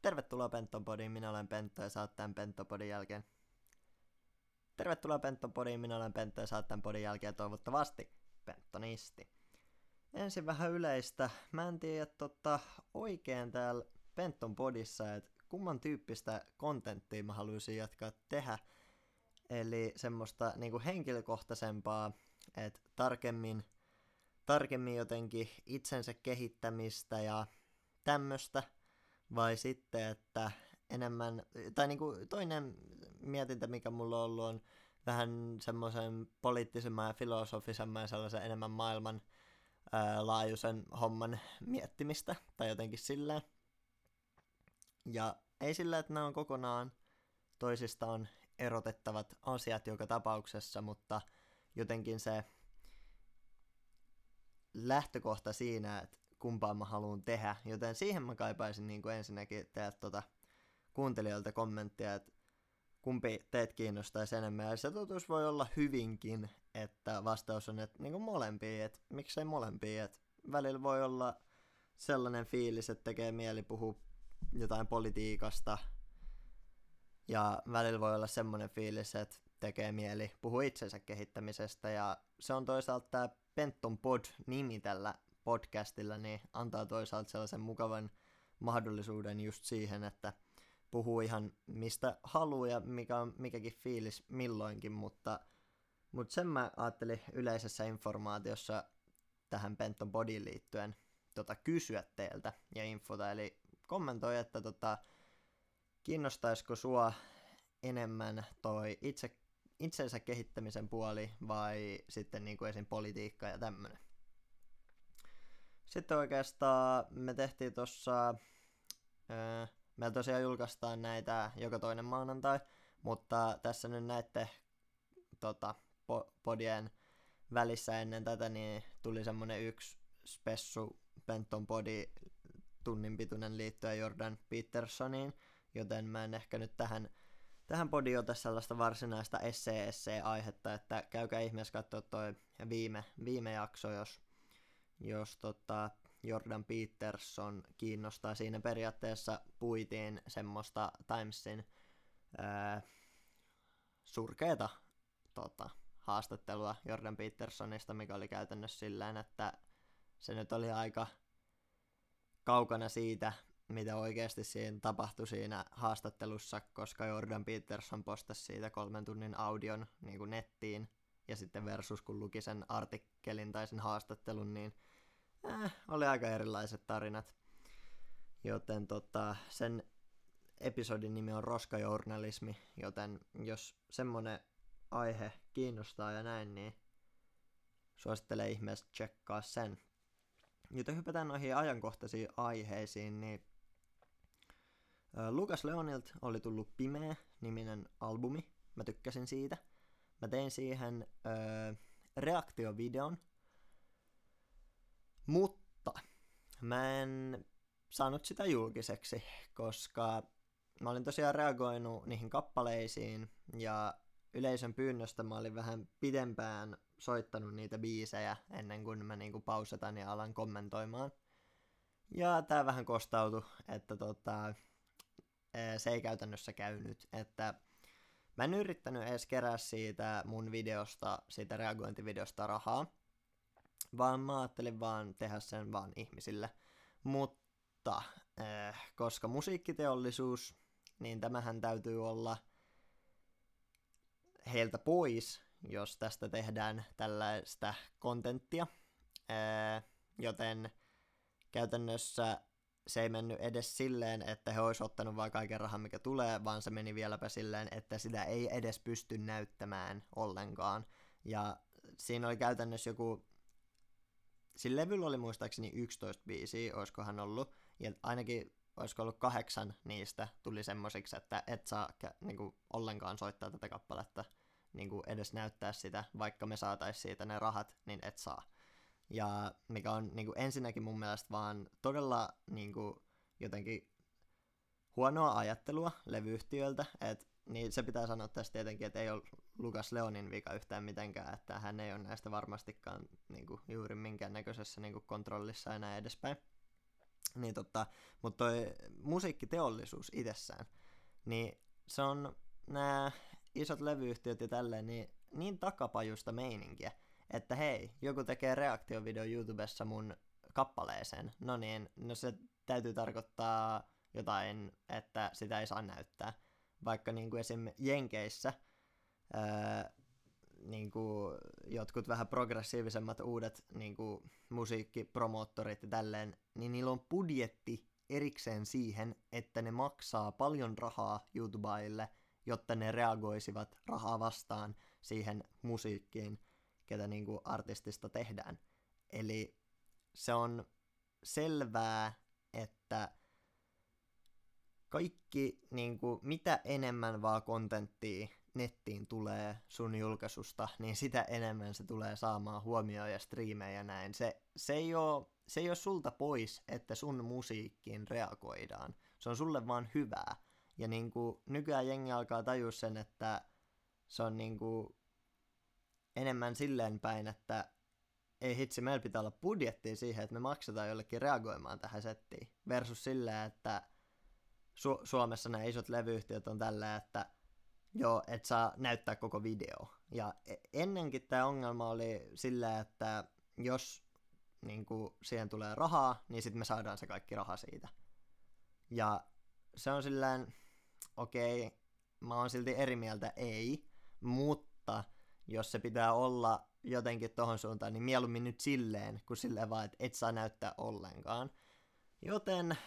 Tervetuloa Pentton-podiin, minä olen Pentto ja sä oot tämän Pentton-podin jälkeen. Tervetuloa Pentton-podiin, minä olen Pentto ja sä oot tämän podin jälkeen toivottavasti Penttonisti. Ensin vähän yleistä. Mä en tiedä oikein täällä Pentton-podissa, että kumman tyyppistä kontenttia mä haluaisin jatkaa tehdä. Eli semmoista niinku henkilökohtaisempaa, että tarkemmin jotenkin itsensä kehittämistä ja tämmöstä. Vai sitten, että enemmän, tai niinku toinen mietintä, mikä mulla on ollut, on vähän semmoisen poliittisemman ja filosofisemman ja sellaisen enemmän maailman laajuisen homman miettimistä, tai jotenkin silleen. Ja ei sillä, että nämä on kokonaan toisistaan erotettavat asiat joka tapauksessa, mutta jotenkin se lähtökohta siinä, että kumpaa mä haluan tehdä, joten siihen mä kaipaisin niin kuin ensinnäkin tehdä kuuntelijoilta kommenttia, että kumpi teet kiinnostaisi enemmän, ja se totuus voi olla hyvinkin, että vastaus on, että niin kuin molempia, että miksei molempia, että välillä voi olla sellainen fiilis, että tekee mieli puhua jotain politiikasta, ja välillä voi olla semmoinen fiilis, että tekee mieli puhua itsensä kehittämisestä, ja se on toisaalta tämä Pentton Pod-nimi tällä podcastilla, niin antaa toisaalta sellaisen mukavan mahdollisuuden just siihen, että puhuu ihan mistä haluaa ja mikä on mikäkin fiilis milloinkin, mutta sen mä ajattelin yleisessä informaatiossa tähän Pentton Podiin liittyen kysyä teiltä ja infota, eli kommentoi, että kiinnostaisiko sua enemmän toi itsensä kehittämisen puoli vai sitten niin kuin esim. Politiikka ja tämmönen. Sitten oikeastaan me tehtiin meillä tosiaan julkaistaan näitä joka toinen maanantai, mutta tässä nyt näette podien välissä ennen tätä, niin tuli semmonen yksi spessu Pentton podi tunnin pituinen liittyen Jordan Petersoniin, joten mä en ehkä nyt tähän podiin ota sellaista varsinaista essee-aihetta, että käykää ihmeessä katsoa toi viime jakso, jos Jordan Peterson kiinnostaa. Siinä periaatteessa puitiin semmoista Timesin surkeata haastattelua Jordan Petersonista, mikä oli käytännössä silleen, että se nyt oli aika kaukana siitä, mitä oikeasti siinä tapahtui siinä haastattelussa, koska Jordan Peterson postasi siitä 3 tunnin audion niin kuin nettiin, ja sitten versus kun luki sen artikkelin tai sen haastattelun, niin oli aika erilaiset tarinat. Joten sen episodin nimi on Roskajournalismi, joten jos semmonen aihe kiinnostaa ja näin, niin suosittelen ihmeessä tsekkaa sen. Joten hypätään noihin ajankohtaisiin aiheisiin, niin Lucas Leonilta oli tullut Pimeä-niminen albumi. Mä tykkäsin siitä. Mä tein siihen reaktiovideon, mutta mä en saanut sitä julkiseksi, koska mä olin tosiaan reagoinut niihin kappaleisiin ja yleisön pyynnöstä mä olin vähän pidempään soittanut niitä biisejä ennen kuin mä niinku pausetan ja alan kommentoimaan. Ja tää vähän kostautui, että se ei käytännössä käynyt, että mä en yrittänyt edes kerää siitä mun videosta, siitä reagointivideosta rahaa, vaan mä ajattelin vaan tehdä sen vaan ihmisille. Mutta koska musiikkiteollisuus, niin tämähän täytyy olla heiltä pois, jos tästä tehdään tällaista kontenttia, joten käytännössä se ei mennyt edes silleen, että he olisi ottanut vaan kaiken rahan, mikä tulee, vaan se meni vieläpä silleen, että sitä ei edes pysty näyttämään ollenkaan. Ja siinä oli käytännössä sillä levyllä oli muistaakseni 11 biisiä, olisikohan ollut, ja ainakin olisiko ollut 8 niistä tuli semmosiksi, että et saa niinku ollenkaan soittaa tätä kappaletta, niinku edes näyttää sitä, vaikka me saatais siitä ne rahat, niin et saa. Ja mikä on niinku ensinnäkin mun mielestä vaan todella niinku jotenkin huonoa ajattelua levyyhtiöltä, että niin se pitää sanoa tästä tietenkin, että ei ole Lucas Leonin vika yhtään mitenkään, että hän ei ole näistä varmastikaan niinku juuri minkäännäköisessä niinku kontrollissa ja näin edespäin. Mutta toi musiikkiteollisuus itsessään, niin se on nämä isot levyyhtiöt ja tälleen niin takapajusta meininkiä, että hei, joku tekee reaktiovideo YouTubessa mun kappaleeseen, no niin, no se täytyy tarkoittaa jotain, että sitä ei saa näyttää. Vaikka niinku esim. Jenkeissä niinku jotkut vähän progressiivisemmat uudet niinku musiikkipromoottorit ja tälleen, niin niillä on budjetti erikseen siihen, että ne maksaa paljon rahaa YouTubeille, jotta ne reagoisivat rahaa vastaan siihen musiikkiin, ketä niinku artistista tehdään. Eli se on selvää, että kaikki, niinku, mitä enemmän vaan kontenttia nettiin tulee sun julkaisusta, niin sitä enemmän se tulee saamaan huomioon ja striimejä ja näin. Se ei ole sulta pois, että sun musiikkiin reagoidaan. Se on sulle vaan hyvää. Ja niinku, nykyään jengi alkaa tajua sen, että se on niinku enemmän silleen päin, että ei hitsi, meillä pitää olla budjettia siihen, että me maksetaan jollekin reagoimaan tähän settiin. Versus silleen, että Suomessa nämä isot levyyhtiöt on tällä, että joo, et saa näyttää koko video. Ja ennenkin tämä ongelma oli sillä, että jos niinku, siihen tulee rahaa, niin sitten me saadaan se kaikki raha siitä. Ja se on silleen, okei, mä oon silti eri mieltä, ei, mutta jos se pitää olla jotenkin tohon suuntaan, niin mieluummin nyt silleen, kuin silleen vaan, että et saa näyttää ollenkaan. Joten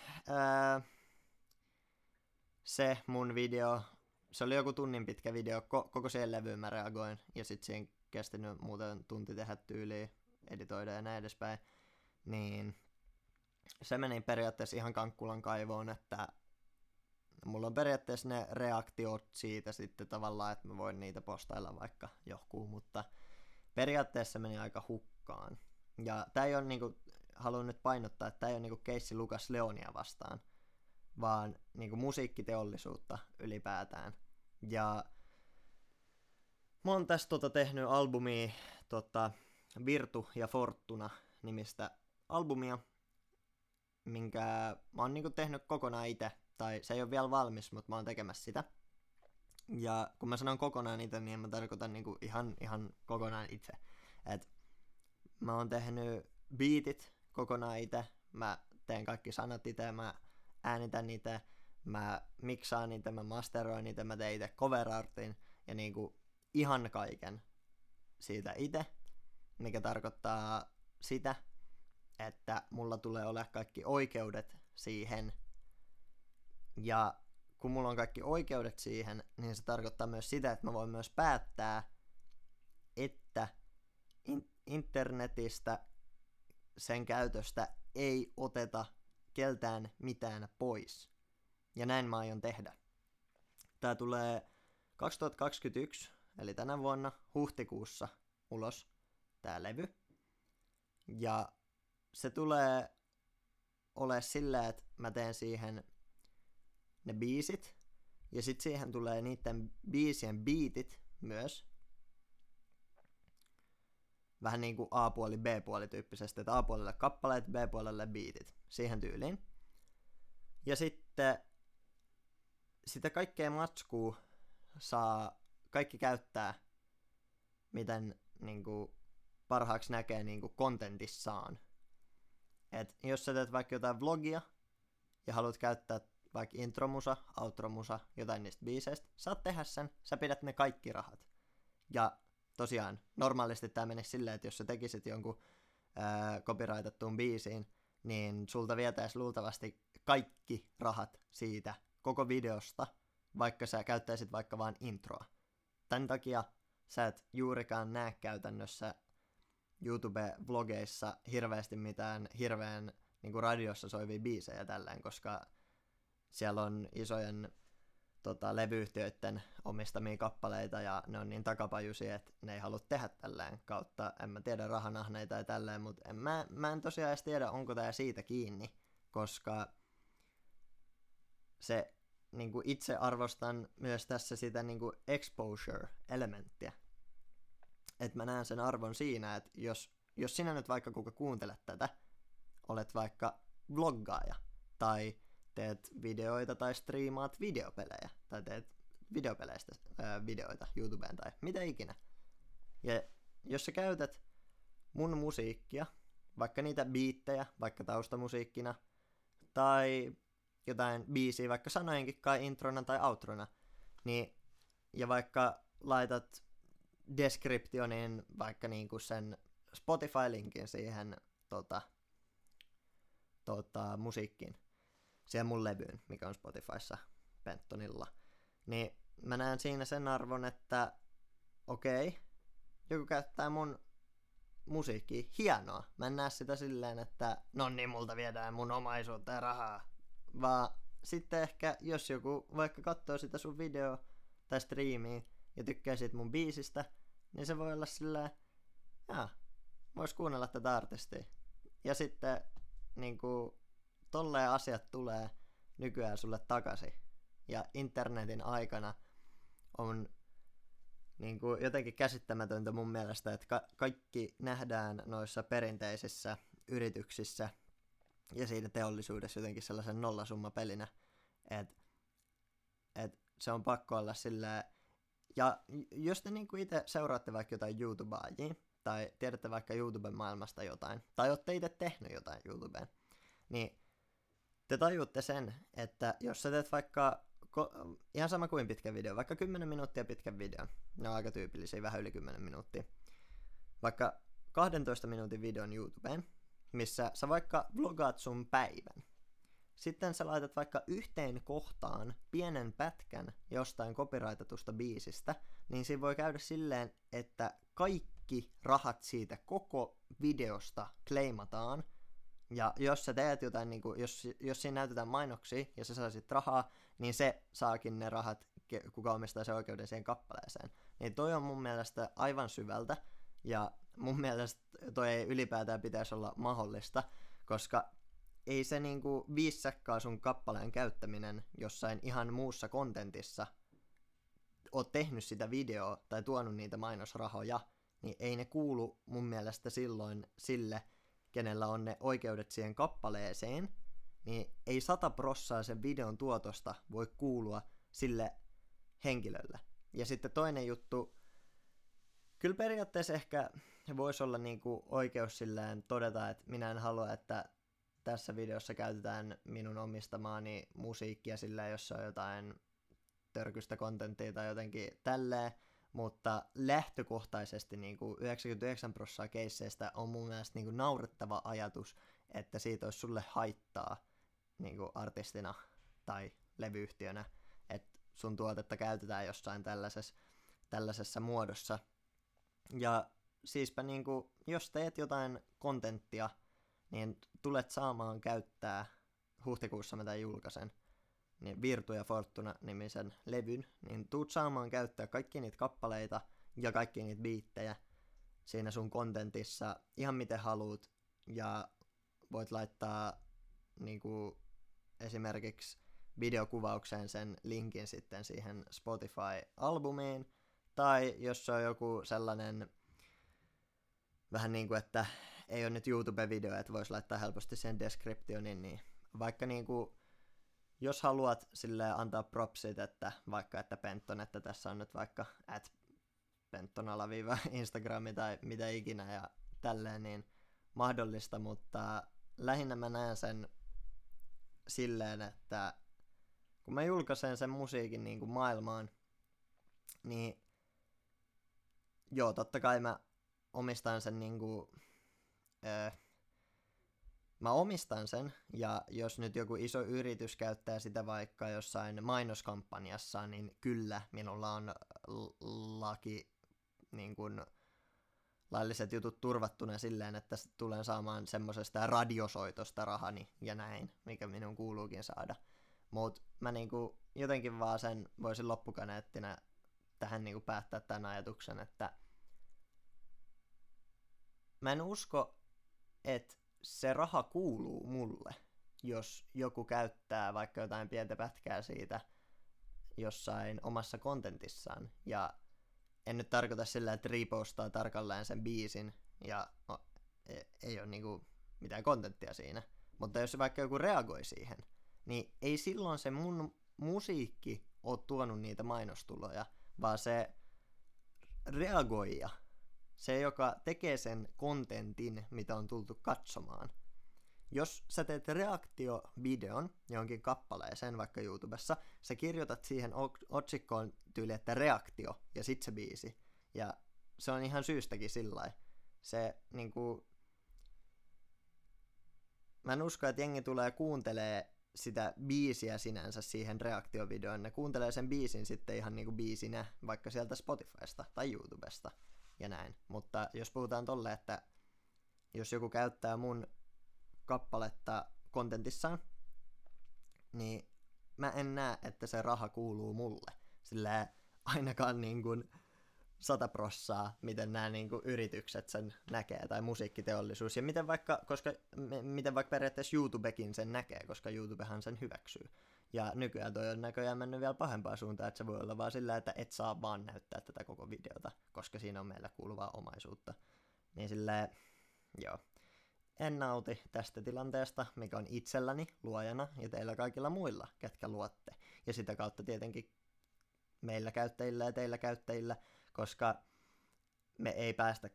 se mun video, se oli joku tunnin pitkä video, koko siihen levyyn mä reagoin, ja sit siihen kestänyt muuten tunti tehdä tyyliä, editoida ja näin edespäin, niin se meni periaatteessa ihan kankkulan kaivoon, että mulla on periaatteessa ne reaktiot siitä sitten tavallaan, että mä voin niitä postailla vaikka johonkin, mutta periaatteessa meni aika hukkaan. Ja tää ei ole niinku, haluan nyt painottaa, että tää ei ole niinku keissi Lucas Leonia vastaan, vaan niinku musiikkiteollisuutta ylipäätään. Ja mä oon tästä tehnyt albumia, Virtu ja Fortuna nimistä albumia, minkä mä oon niinku tehnyt kokonaan itse, tai se ei ole vielä valmis, mutta mä oon tekemässä sitä. Ja kun mä sanon kokonaan itse, niin mä tarkoitan niinku ihan kokonaan itse. Et mä oon tehnyt beatit kokonaan itse, mä teen kaikki sanat itse, mä äänitän itse, mä miksaan itse, mä masteroin itse, mä teen itse cover artin ja niinku ihan kaiken siitä itse, mikä tarkoittaa sitä, että mulla tulee olemaan kaikki oikeudet siihen. Ja kun mulla on kaikki oikeudet siihen, niin se tarkoittaa myös sitä, että mä voin myös päättää, että internetistä sen käytöstä ei oteta keltään mitään pois. Ja näin mä aion tehdä. Tää tulee 2021, eli tänä vuonna huhtikuussa ulos, tää levy. Ja se tulee ole sillä, että mä teen siihen ne biisit, ja sit siihen tulee niiden biisien beatit myös. Vähän niinku A-puoli, B-puoli tyyppisesti, että A-puolelle kappaleet, B-puolelle beatit, siihen tyyliin. Ja sitten sitä kaikkea matskua saa kaikki käyttää, miten niinku parhaaksi näkee niinku contentissaan. Et jos sä teet vaikka jotain vlogia ja haluat käyttää vaikka intromusa, outromusa, jotain niistä biiseistä, saat tehdä sen, sä pidät ne kaikki rahat. Ja tosiaan, normaalisti tää menisi silleen, että jos sä tekisit jonkun copyrightattuun biisiin, niin sulta vietäisi luultavasti kaikki rahat siitä koko videosta, vaikka sä käyttäisit vaikka vaan introa. Tän takia sä et juurikaan näe käytännössä YouTube-vlogeissa hirveästi mitään hirveän niin radiossa soivia biisejä tälleen, koska siellä on isojen levyyhtiöiden omistamia kappaleita ja ne on niin takapajuisia, että ne ei halua tehdä tälleen kautta, en mä tiedä rahanahneita ja tälleen, mutta mä en tosiaan edes tiedä, onko tää siitä kiinni, koska se niinku itse arvostan myös tässä sitä niinku exposure-elementtiä. Että mä näen sen arvon siinä, että jos sinä nyt vaikka kuka kuuntelet tätä, olet vaikka vloggaaja, tai teet videoita tai striimaat videopelejä, tai teet videopeleistä videoita YouTubeen tai mitä ikinä. Ja jos sä käytät mun musiikkia, vaikka niitä biittejä, vaikka taustamusiikkina, tai jotain biisiä, vaikka sanojenkin kai introna tai outrona, niin, ja vaikka laitat descriptionin vaikka niinku sen Spotify-linkin siihen musiikkiin, siihen mun levyyn, mikä on Spotifyssa Penttonilla, niin mä näen siinä sen arvon, että okei, joku käyttää mun musiikkia, hienoa. Mä en näe sitä silleen, että no niin, multa viedään mun omaisuutta ja rahaa. Vaan sitten ehkä, jos joku vaikka katsoo sitä sun video tai striimiä ja tykkää siitä mun biisistä, niin se voi olla silleen, vois kuunnella tätä artistia. Ja sitten niinku tolleen asiat tulee nykyään sulle takaisin. Ja internetin aikana on niinku jotenkin käsittämätöntä mun mielestä, että kaikki nähdään noissa perinteisissä yrityksissä ja siinä teollisuudessa jotenkin sellaisen nollasummapelinä, että se on pakko olla silleen. Ja jos te niinku itse seuraatte vaikka jotain YouTubaajia, tai tiedätte vaikka YouTuben maailmasta jotain, tai olette itse tehnyt jotain YouTubeen, niin te tajuutte sen, että jos sä teet vaikka ihan sama kuin pitkä video, vaikka 10 minuuttia pitkä video, ne on aika tyypillisiä, vähän yli 10 minuuttia, vaikka 12 minuutin videon YouTubeen, missä sä vaikka vlogaat sun päivän. Sitten sä laitat vaikka yhteen kohtaan pienen pätkän jostain copyrightatusta biisistä, niin siinä voi käydä silleen, että kaikki rahat siitä koko videosta kleimataan. Ja jos sä teet jotain, niin kuin, jos siinä näytetään mainoksia ja sä saisit rahaa, niin se saakin ne rahat, kuka omistaa sen oikeuden siihen kappaleeseen. Niin toi on mun mielestä aivan syvältä, ja mun mielestä toi ei ylipäätään pitäisi olla mahdollista, koska ei se niinku 5 säkkaa sun kappaleen käyttäminen jossain ihan muussa kontentissa oo tehnyt sitä videoa tai tuonut niitä mainosrahoja, niin ei ne kuulu mun mielestä silloin sille, kenellä on ne oikeudet siihen kappaleeseen, niin ei 100% sen videon tuotosta voi kuulua sille henkilölle. Ja sitten toinen juttu, kyllä periaatteessa ehkä voisi olla niinku oikeus silleen todeta, että minä en halua, että tässä videossa käytetään minun omistamaani musiikkia silleen, jos on jotain törkystä kontenttia tai jotenkin tälleen, mutta lähtökohtaisesti niinku 99% keisseistä on mun mielestä niinku naurettava ajatus, että siitä olisi sulle haittaa niinku artistina tai levyyhtiönä, että sun tuotetta käytetään jossain tällaisessa muodossa. Ja siispä niinku, jos teet jotain kontenttia, niin tulet saamaan käyttää, huhtikuussa mä tämän julkaisen, niin Virtu ja Fortuna-nimisen levyn, niin tuut saamaan käyttää kaikki niitä kappaleita ja kaikki niitä biittejä siinä sun kontentissa ihan miten haluut, ja voit laittaa niinku esimerkiksi videokuvaukseen sen linkin sitten siihen Spotify-albumiin, tai jos se on joku sellainen vähän niin kuin, että ei ole nyt YouTube-video, että voisi laittaa helposti sen descriptionin, niin vaikka niinku, jos haluat silleen antaa propsit, että vaikka että Pentton, että tässä on nyt vaikka @Pentton_Instagrami tai mitä ikinä ja tälleen, niin mahdollista, mutta lähinnä mä näen sen silleen, että kun mä julkaisen sen musiikin niin kuin maailmaan, niin joo, totta kai mä omistan sen niinku, mä omistan sen, ja jos nyt joku iso yritys käyttää sitä vaikka jossain mainoskampanjassa, niin kyllä minulla on laki, niin kuin, lailliset jutut turvattuna silleen, että tulen saamaan semmosesta radiosoitosta rahani ja näin, mikä minun kuuluukin saada. Mut mä niinku jotenkin vaan sen voisin loppukaneettina tähän niinku päättää tämän ajatuksen, että mä en usko, että se raha kuuluu mulle, jos joku käyttää vaikka jotain pientä pätkää siitä jossain omassa kontentissaan. Ja en nyt tarkoita sillä, että repostaa tarkalleen sen biisin ja ei ole niinku mitään kontenttia siinä, Mutta jos vaikka joku reagoi siihen, niin ei silloin se mun musiikki ole tuonut niitä mainostuloja, vaan se reagoija, se joka tekee sen kontentin, mitä on tultu katsomaan. Jos sä teet reaktiovideon johonkin kappaleeseen vaikka YouTubessa, sä kirjoitat siihen otsikkoon tyyli, että reaktio ja sit se biisi. Ja se on ihan syystäkin sillai. Se niinku... Mä en usko, että jengi tulee kuuntelee sitä biisiä sinänsä siihen reaktiovideoon. Ne kuuntelee sen biisin sitten ihan niinku biisinä, vaikka sieltä Spotifysta tai YouTubesta ja näin. Mutta jos puhutaan tolle, että jos joku käyttää mun kappaletta kontentissaan, niin mä en näe, että se raha kuuluu mulle. Sillä ainakaan niin kuin 100%, miten nämä niin kuin yritykset sen näkee, tai musiikkiteollisuus, ja miten vaikka periaatteessa YouTubekin sen näkee, koska YouTubehan sen hyväksyy. Ja nykyään toi on näköjään mennyt vielä pahempaan suuntaan, että se voi olla vaan sillä, että et saa vaan näyttää tätä koko videota, koska siinä on meillä kuuluvaa omaisuutta. Niin silleen, joo. En nauti tästä tilanteesta, mikä on itselläni luojana ja teillä kaikilla muilla, ketkä luotte. Ja sitä kautta tietenkin meillä käyttäjillä ja teillä käyttäjillä, koska me ei päästä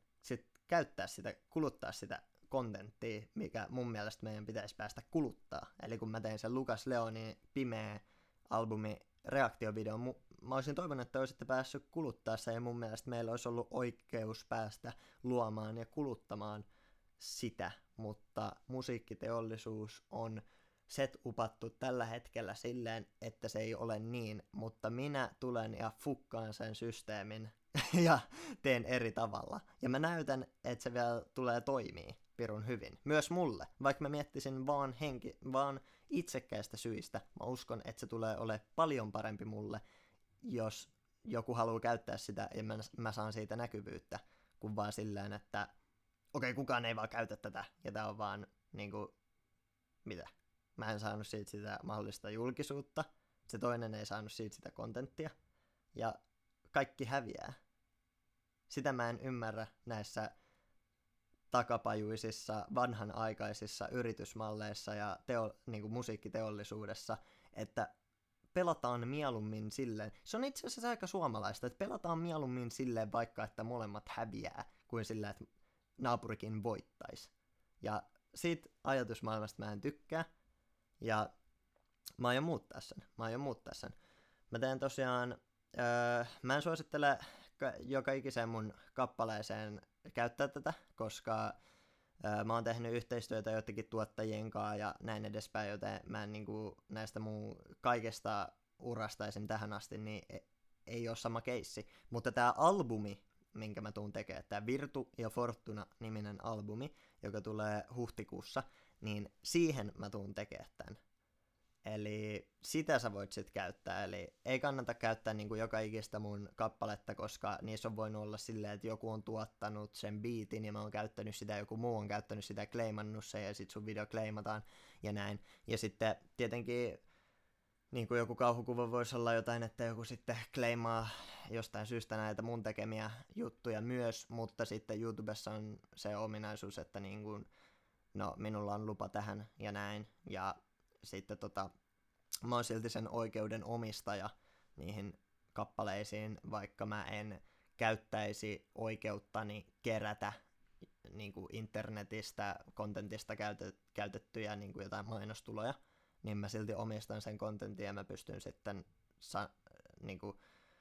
kuluttaa sitä kontenttia, mikä mun mielestä meidän pitäisi päästä kuluttaa. Eli kun mä tein sen Lukas Leonin Pimeä albumi reaktiovideon, mä olisin toivonut, että olisitte päässyt kuluttaa sen, ja mun mielestä meillä olisi ollut oikeus päästä luomaan ja kuluttamaan sitä, mutta musiikkiteollisuus on set-upattu tällä hetkellä silleen, että se ei ole niin, mutta minä tulen ja fukkaan sen systeemin ja teen eri tavalla. Ja mä näytän, että se vielä tulee toimii pirun hyvin. Myös mulle. Vaikka mä miettisin vaan itsekkäistä syistä, mä uskon, että se tulee olemaan paljon parempi mulle, jos joku haluaa käyttää sitä ja mä saan siitä näkyvyyttä, kuin vaan silleen, että okei, kukaan ei vaan käytä tätä, ja tää on vaan niinku, mitä? Mä en saanut siitä sitä mahdollista julkisuutta, se toinen ei saanut siitä sitä kontenttia, ja kaikki häviää. Sitä mä en ymmärrä näissä takapajuisissa, vanhanaikaisissa yritysmalleissa ja niinku musiikkiteollisuudessa, että pelataan mieluummin silleen, se on itse asiassa aika suomalaista, että pelataan mieluummin silleen vaikka, että molemmat häviää, kuin silleen, että naapurikin voittaisi. Ja siitä ajatusmaailmasta mä en tykkää, ja mä aion muuttaa sen. Mä teen tosiaan, mä en suosittele joka ikiseen mun kappaleeseen käyttää tätä, koska mä oon tehnyt yhteistyötä jotenkin tuottajien kanssa ja näin edespäin, joten mä en niinku näistä mun kaikesta urasta esim. Tähän asti, niin ei ole sama keissi. Mutta tää albumi, minkä mä tuun tekemään, tää Virtu ja Fortuna-niminen albumi, joka tulee huhtikuussa, niin siihen mä tuun tekemään tän. Eli sitä sä voit sit käyttää, eli ei kannata käyttää niinku joka ikistä mun kappaletta, koska niissä on voinut olla silleen, että joku on tuottanut sen biitin ja mä oon käyttänyt sitä, joku muu on käyttänyt sitä, claimannut sen ja sit sun video claimataan ja näin. Ja sitten tietenkin niinku joku kauhukuva voisi olla jotain, että joku sitten claimaa jostain syystä näitä mun tekemiä juttuja myös, mutta sitten YouTubessa on se ominaisuus, että niinku, no minulla on lupa tähän ja näin, ja sitten mä oon silti sen oikeuden omistaja niihin kappaleisiin, vaikka mä en käyttäisi oikeuttani kerätä niinku internetistä, kontentista käytettyjä niinku jotain mainostuloja, niin mä silti omistan sen kontentin ja mä pystyn sitten niinku,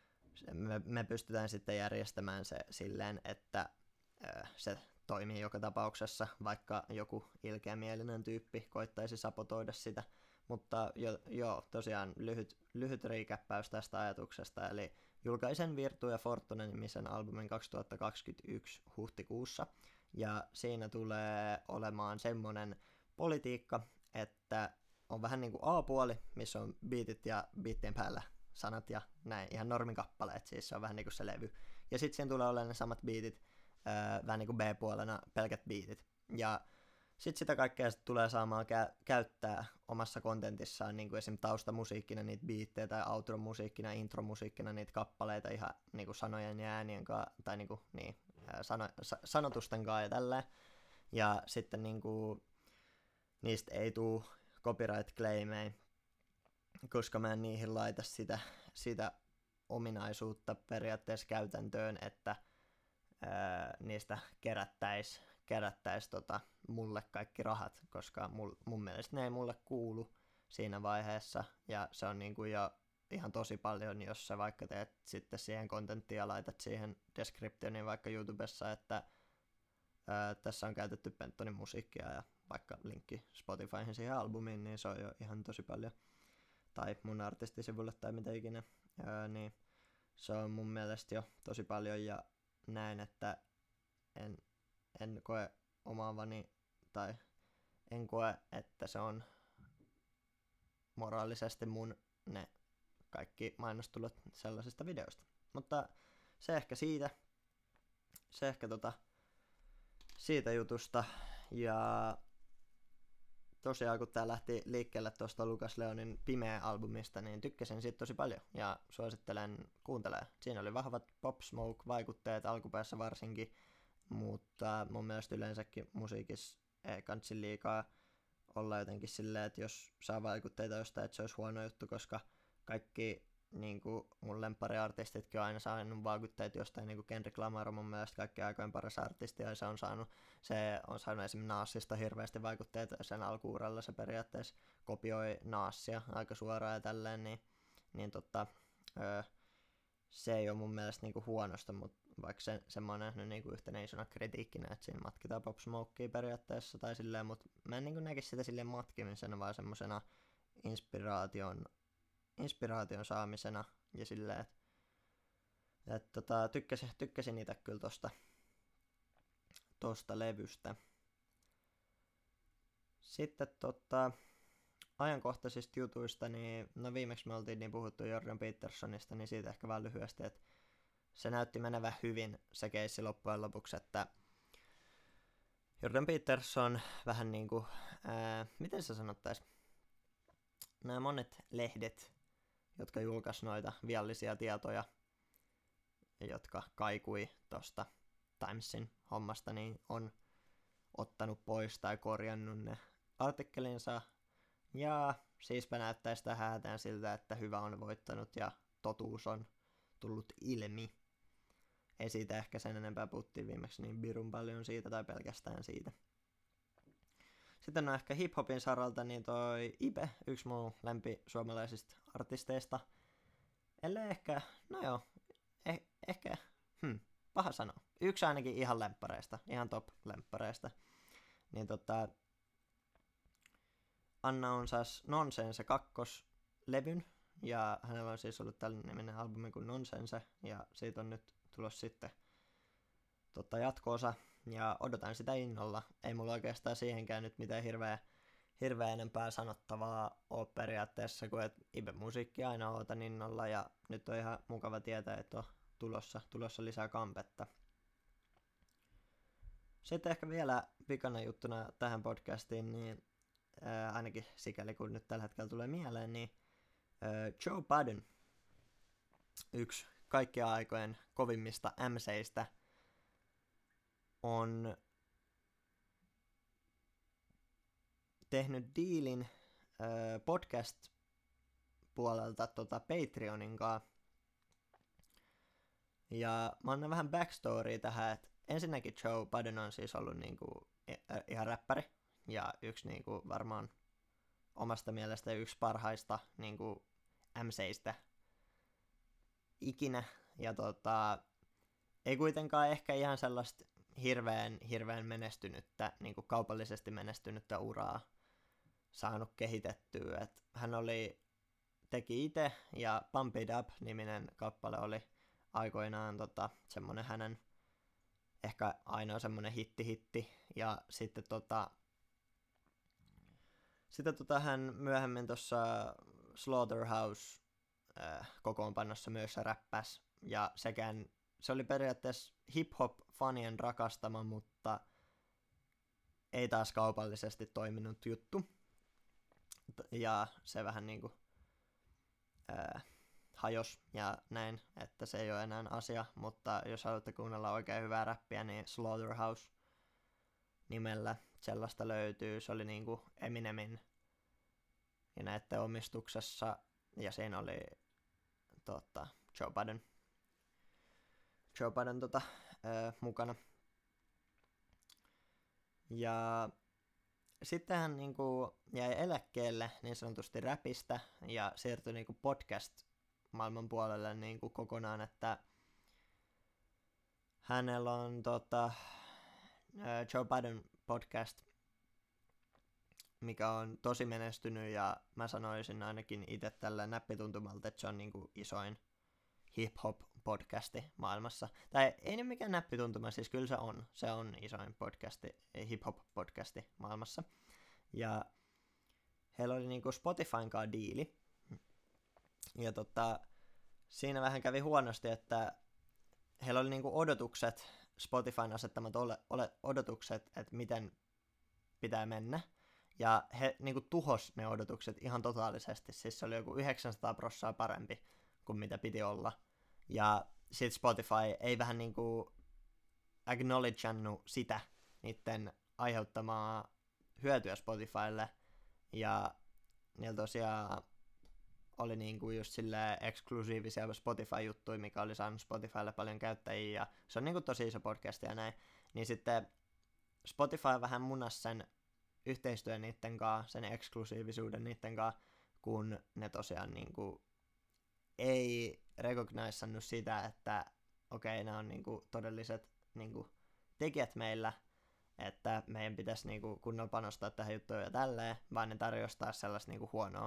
me pystytään sitten järjestämään se silleen, että se toimii joka tapauksessa, vaikka joku ilkeämielinen tyyppi koittaisi sabotoida sitä. Mutta joo, tosiaan lyhyt riikäppäys tästä ajatuksesta, eli julkaisen Virtu ja Fortuna-nimisen albumin 2021 huhtikuussa, ja siinä tulee olemaan semmonen politiikka, että on vähän niinku A-puoli, missä on biitit ja biittien päällä sanat ja näin, ihan normikappaleet, siis se on vähän niinku se levy. Ja sitten siinä tulee olemaan ne samat biitit, vähän niinku B-puolena pelkät biitit. Ja sitten sitä kaikkea sit tulee saamaan käyttää omassa kontentissaan, niinku esim. Taustamusiikkina niitä biittejä tai outromusiikkina, intromusiikkina niitä kappaleita ihan niinku sanojen ja äänien kanssa, tai niinku, sanotusten kanssa ja tälleen. Ja sitten niinku, niistä ei tuu copyright-claimeja, koska mä en niihin laita sitä ominaisuutta periaatteessa käytäntöön, että niistä kerättäis mulle kaikki rahat, koska mun mielestä ne ei mulle kuulu siinä vaiheessa, ja se on niinku jo ihan tosi paljon, jos sä vaikka teet sitten siihen contenttia ja laitat siihen descriptioniin vaikka YouTubessa, että tässä on käytetty Penttonin musiikkia ja vaikka linkki Spotifyhin siihen albumiin, niin se on jo ihan tosi paljon, tai mun artistisivulle tai mitä ikinä, niin se on mun mielestä jo tosi paljon, ja näin, että en koe omaavani, tai en koe, että se on moraalisesti mun ne kaikki mainostulot sellaisista videoista. Mutta se ehkä siitä. Se ehkä siitä jutusta. Ja tosiaan kun tää lähti liikkeelle tuosta Lucas Leonin Pimeä-albumista, niin tykkäsin siitä tosi paljon ja suosittelen kuuntelemaan. Siinä oli vahvat Pop Smoke-vaikutteet alkupäässä varsinkin, mutta mun mielestä yleensäkin musiikissa ei kantsi liikaa olla jotenkin silleen, että jos saa vaikutteita jostain, että se olisi huono juttu, koska kaikki niinku mun lemppariartistitkin on aina saanut vaikutteita jostain, niinku Kendrick Lamar on mun mielestä kaikki aikojen paras artisti, ja se on saanut esimerkiksi Nasista hirveästi vaikutteita sen alkuuralla, se periaatteessa kopioi Nasia aika suoraan ja tälleen, se ei ole mun mielestä niinku huonosta, mutta vaikka sen mä oon nähnyt niinku yhtenä isona kritiikkinä, että siinä matkitaan Pop Smokea periaatteessa tai silleen, mutta mä en niinku näkisi sitä silleen matkimisena, vaan semmosena inspiraation saamisena ja silleen, että tykkäsin itse kyllä tosta levystä. Sitten ajankohtaisista jutuista, niin no viimeksi me oltiin niin puhuttu Jordan Petersonista, niin siitä ehkä vaan lyhyesti, että se näytti menevän hyvin se keissi loppujen lopuksi, että Jordan Peterson vähän niinku, miten se sanottais, nämä monet lehdet, jotka julkaisi noita viallisia tietoja, jotka kaikui tosta Timesin hommasta, niin on ottanut pois tai korjannut ne artikkelinsa. Ja siispä näyttää sitä häätään siltä, että hyvä on voittanut ja totuus on tullut ilmi. Ei siitä ehkä sen enempää puhuttiin viimeksi niin birun paljon siitä tai pelkästään siitä. Sitten on ehkä hiphopin saralta niin toi Ibe, yksi mun lempi suomalaisista artisteista. Ellei ehkä, no joo, ehkä, paha sanoa. Yksi ainakin ihan lemppareista, ihan top lemppareista. Niin Anna on saas Nonsense 2-levyn, ja hänellä on siis ollut tällainen niminen albumi kuin Nonsense, ja siitä on nyt tulossa sitten jatko-osa, ja odotan sitä innolla. Ei mulla oikeastaan siihenkään nyt mitään hirveä enempää sanottavaa ole periaatteessa, kuin että Ibe-musiikkia aina ootan innolla, ja nyt on ihan mukava tietää, että on tulossa lisää kampetta. Sitten ehkä vielä vikana juttuna tähän podcastiin, niin ainakin sikäli kun nyt tällä hetkellä tulee mieleen, niin Joe Budden, yksi kaikkien aikojen kovimmista MCistä, on tehnyt diilin podcast-puolelta Patreonin kanssa. Ja mä annan vähän backstorya tähän, että ensinnäkin Joe Budden on siis ollut niinku ihan räppäri ja yksi niinku varmaan omasta mielestä yksi parhaista niinku MCistä ikinä. Ja ei kuitenkaan ehkä ihan sellaista hirveän menestynyttä, niinku kaupallisesti menestynyttä uraa saanut kehitettyä. Et hän teki itse, ja Pump It Up-niminen kappale oli aikoinaan semmonen hänen ehkä ainoa semmonen hitti, ja sitten hän myöhemmin tuossa Slaughterhouse kokoonpanossa myös räppäs, ja se oli periaatteessa hip-hop-fanien rakastama, mutta ei taas kaupallisesti toiminut juttu, ja se vähän niinku hajos ja näin, että se ei ole enää asia, mutta jos haluatte kuunnella oikein hyvää räppiä, niin Slaughterhouse nimellä sellaista löytyy. Se oli niinku Eminemin ja näiden omistuksessa, ja siinä oli Joe Budden mukana. Ja sitten hän niinku jäi eläkkeelle niin sanotusti räpistä ja siirtyi niinku podcast-maailman puolelle niinku kokonaan, että hänellä on Joe Budden podcast, mikä on tosi menestynyt, ja mä sanoisin ainakin itse tällä näppituntumalta, että se on niinku isoin hip-hop-podcasti maailmassa. Tai ei nyt mikään näppituntuma, siis kyllä se on isoin hip-hop-podcasti maailmassa. Ja heillä oli niinku Spotifyn kanssa diili. Ja siinä vähän kävi huonosti, että heillä oli niinku odotukset, Spotifyn asettamat odotukset, että miten pitää mennä. Ja he niinku tuhos ne odotukset ihan totaalisesti. Siis se oli joku 900% parempi kuin mitä piti olla. Ja sit Spotify ei vähän niinku acknowledgeannut sitä niiden aiheuttamaa hyötyä Spotifylle. Ja niillä tosiaan oli niinku just silleen eksklusiivisia Spotify-juttuja, mikä oli saanut Spotifylle paljon käyttäjiä. Ja se on niinku tosi iso podcast ja näin. Niin sitten Spotify vähän munas sen yhteistyön niitten kanssa, sen eksklusiivisuuden niitten kanssa, kun ne tosiaan niinku ei recognizeannut sitä, että okei, nämä on niinku todelliset niinku tekijät meillä, että meidän pitäisi niinku kunnolla panostaa tähän juttuun ja tälleen, vaan ne tarjosi taas sellaista niinku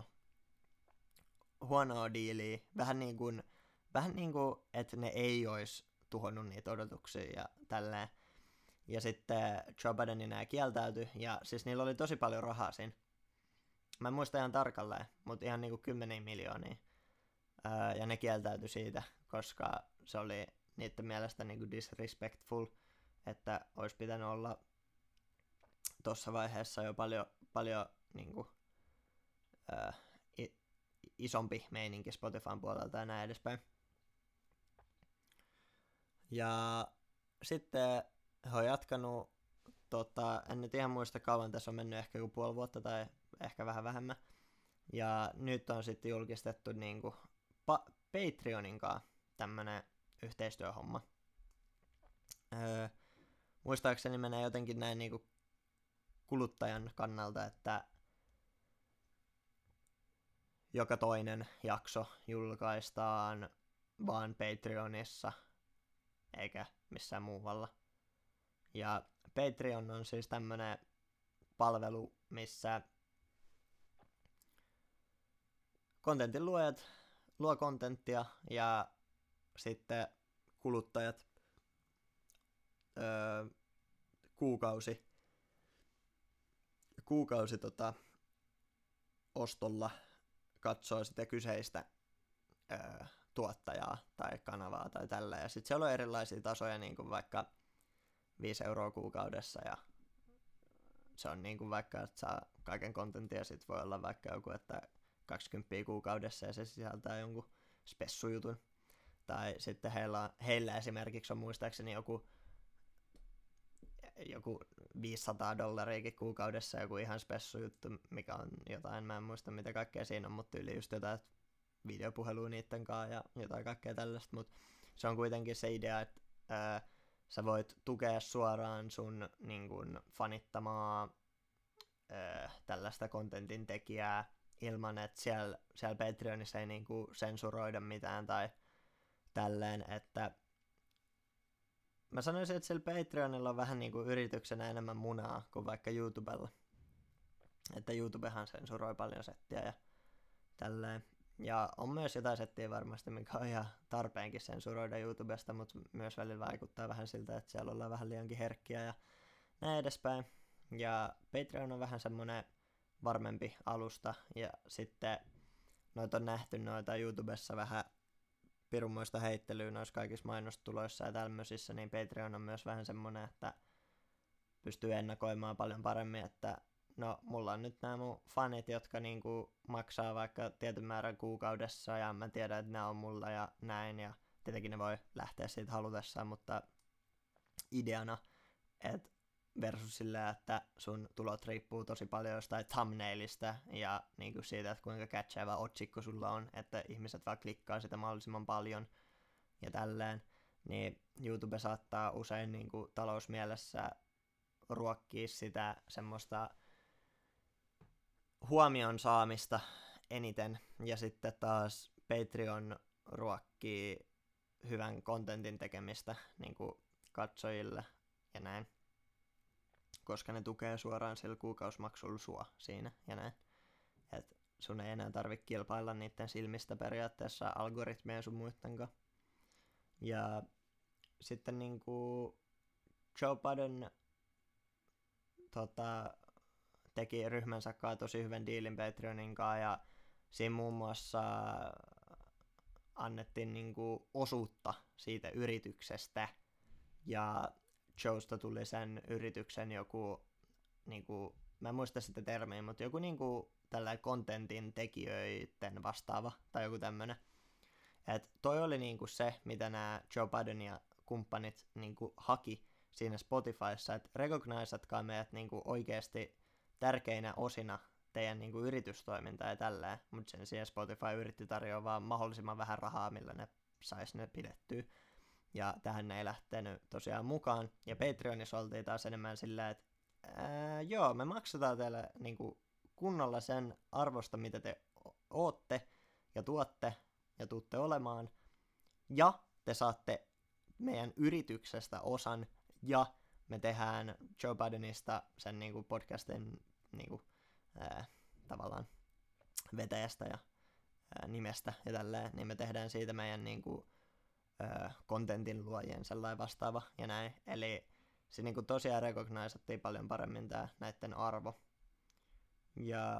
huonoa diiliä, vähän niin kuin, että ne ei olisi tuhonnut niitä odotuksia ja tälleen. Ja sitten Joe Budden nää kieltäytyi, ja siis niillä oli tosi paljon rahaa siinä. Mä en muista ihan tarkalleen, mutta ihan niinku 10 miljoonia. Ja ne kieltäytyi siitä, koska se oli niiden mielestä niinku disrespectful, että olisi pitänyt olla tuossa vaiheessa jo paljon niinku, isompi meininki Spotifyn puolelta ja näin edespäin. Ja sitten he on jatkanut, en nyt ihan muista kauan, tässä on mennyt ehkä joku puoli vuotta tai ehkä vähän vähemmän. Ja nyt on sitten julkistettu niinku Patreonin kanssa tämmönen yhteistyöhomma. Muistaakseni menee jotenkin näin niinku kuluttajan kannalta, että joka toinen jakso julkaistaan vaan Patreonissa, eikä missään muualla. Ja Patreon on siis tämmönen palvelu, missä kontentin luojat luo kontenttia ja sitten kuluttajat kuukausi ostolla katsoo sitä kyseistä tuottajaa tai kanavaa tai tällä. Ja sitten siellä on erilaisia tasoja, niin kuin vaikka 5 € kuukaudessa, ja se on niin kuin vaikka, että saa kaiken kontentin, ja sitten voi olla vaikka joku, että 20 kuukaudessa, ja se sisältää jonkun spessujutun. Tai sitten heillä esimerkiksi on muistaakseni joku $500 kuukaudessa, joku ihan spessujuttu, mikä on jotain, mä en muista mitä kaikkea siinä on, mutta yli just jotain videopuhelua niitten kanssa ja jotain kaikkea tällaista, mutta se on kuitenkin se idea, että sä voit tukea suoraan sun niin kun, fanittamaa tällaista kontentin tekijää ilman, että siellä Patreonissa ei niin kun, sensuroida mitään tai tälleen, että mä sanoisin, että sillä Patreonilla on vähän niin kuin yrityksenä enemmän munaa kuin vaikka YouTubella. Että YouTubehan sensuroi paljon settiä ja tälleen. Ja on myös jotain settiä varmasti, mikä on ihan tarpeenkin sensuroida YouTubesta, mutta myös välillä vaikuttaa vähän siltä, että siellä ollaan vähän liiankin herkkiä ja näin edespäin. Ja Patreon on vähän semmonen varmempi alusta, ja sitten noita on nähty noita YouTubessa vähän pirunmoista heittelyä noissa kaikissa mainostuloissa ja tämmöisissä, niin Patreon on myös vähän semmonen, että pystyy ennakoimaan paljon paremmin, että no, mulla on nyt nämä mun fanit, jotka niinku maksaa vaikka tietyn määrän kuukaudessa, ja mä tiedän, että nämä on mulla ja näin, ja tietenkin ne voi lähteä siitä halutessaan, mutta ideana, että versus sillä, että sun tulot riippuu tosi paljon jostain thumbnailista ja niinku siitä, että kuinka catchaava otsikko sulla on, että ihmiset vaan klikkaa sitä mahdollisimman paljon ja tälleen, niin YouTube saattaa usein niinku talousmielessä ruokkii sitä semmoista huomion saamista eniten, ja sitten taas Patreon ruokkii hyvän kontentin tekemistä niinku katsojille ja näin, koska ne tukee suoraan sillä kuukausimaksulla sua siinä ja näin. Et sun ei enää tarvitse kilpailla niiden silmistä periaatteessa algoritmien sun muittenkaan. Ja sitten niinku Joe Budden teki ryhmänsä kanssa tosi hyvän diilin Patreonin kanssa, ja siinä muun muassa annettiin niinku osuutta siitä yrityksestä, ja Joesta tuli sen yrityksen joku, niinku, mä en muista sitä termiä, mutta joku niinku tällainen contentin tekijöiden vastaava tai joku tämmönen. Et toi oli niinku se, mitä nämä Joe Budden ja kumppanit niinku haki siinä Spotifyssa, että recognizatkaa meidät niinku oikeasti tärkeinä osina teidän niinku yritystoimintaa ja tälleen, mutta sen sijaan Spotify yritti tarjoa vaan mahdollisimman vähän rahaa, millä ne sais ne pidettyä. Ja tähän ne ei lähtenyt tosiaan mukaan. Ja Patreonissa oltiin taas enemmän sillä, että joo, me maksetaan teille niinku kunnolla sen arvosta, mitä te ootte ja tuotte ja tuutte olemaan. Ja te saatte meidän yrityksestä osan, ja me tehdään Joe Buddenista sen niinku podcastin niinku, tavallaan vetäjästä ja nimestä ja tälleen, niin me tehdään siitä meidän niinku contentin luojien sellainen vastaava ja näin. Eli se niinku tosiaan recognizattiin paljon paremmin tää näitten arvo. Ja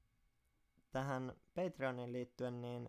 tähän Patreoniin liittyen, niin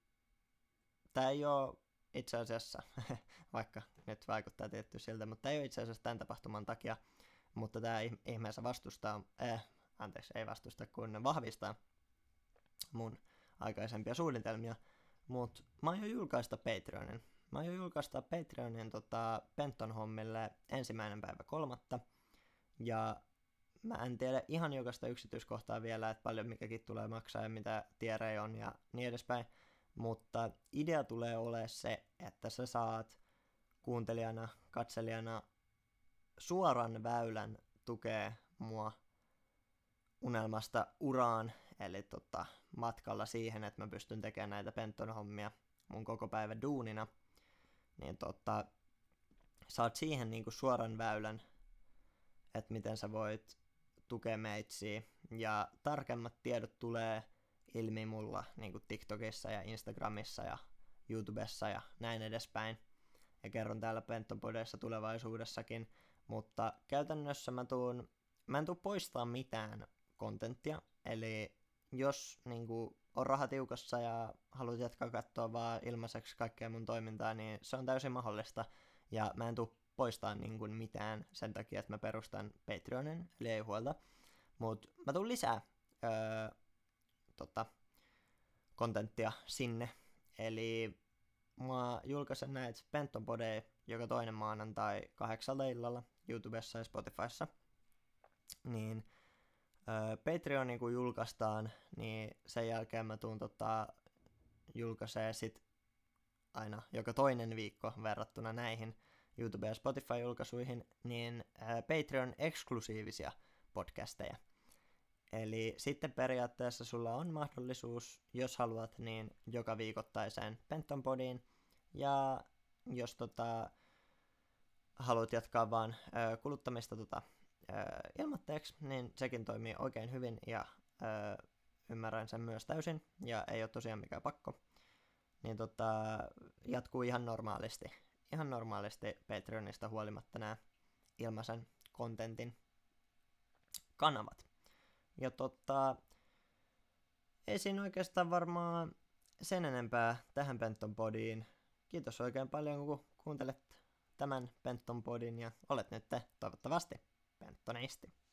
tää ei oo itse asiassa, vaikka nyt vaikuttaa tietty siltä, mutta tää ei oo itse asiassa tämän tapahtuman takia, mutta tää ihmeessä vastustaa, ei vastusta, kun vahvistaa mun aikaisempia suunnitelmia, mut mä aion julkaista Patreonin. Mä aion julkaista Patreonin Penton hommille 1.3. Ja mä en tiedä ihan jokaista yksityiskohtaa vielä, että paljon mikäkin tulee maksaa ja mitä tierejä on ja niin edespäin. Mutta idea tulee olemaan se, että sä saat kuuntelijana, katselijana suoran väylän tukea mua unelmasta uraan, eli matkalla siihen, että mä pystyn tekemään näitä Penton hommia mun koko päivä duunina, niin saat siihen niinku suoran väylän, että miten sä voit tukea meitsiä, ja tarkemmat tiedot tulee ilmi mulla niinku TikTokissa ja Instagramissa ja YouTubessa ja näin edespäin, ja kerron täällä Penton-podeissa tulevaisuudessakin, mutta käytännössä mä en tuu poistaa mitään kontenttia, eli jos niinku on raha tiukassa ja haluat jatkaa katsoa vaan ilmaiseksi kaikkea mun toimintaa, niin se on täysin mahdollista, ja mä en tuu poistaa niinku mitään sen takia, että mä perustan Patreonin, eli ei huolta, mut mä tuun lisää kontenttia sinne, eli mä julkaisen näitä Penton podeja joka toinen maanantai 8 illalla YouTubessa ja Spotifyssa, niin Patreon kun julkaistaan, niin sen jälkeen mä tuun julkaisee sit aina joka toinen viikko verrattuna näihin YouTube- ja Spotify-julkaisuihin, niin Patreon-eksklusiivisia podcasteja. Eli sitten periaatteessa sulla on mahdollisuus, jos haluat, niin joka viikoittaiseen Penton podiin, ja jos haluat jatkaa vaan kuluttamista ilmoitteeksi, niin sekin toimii oikein hyvin, ja ymmärrän sen myös täysin, ja ei ole tosiaan mikään pakko. Niin jatkuu ihan normaalisti Patreonista huolimatta nämä ilmaisen kontentin kanavat. Ja ei siinä oikeastaan varmaan sen enempää tähän Penton podiin. Kiitos oikein paljon, kun kuuntelet tämän Penton podin, ja olet nyt toivottavasti pentonisti.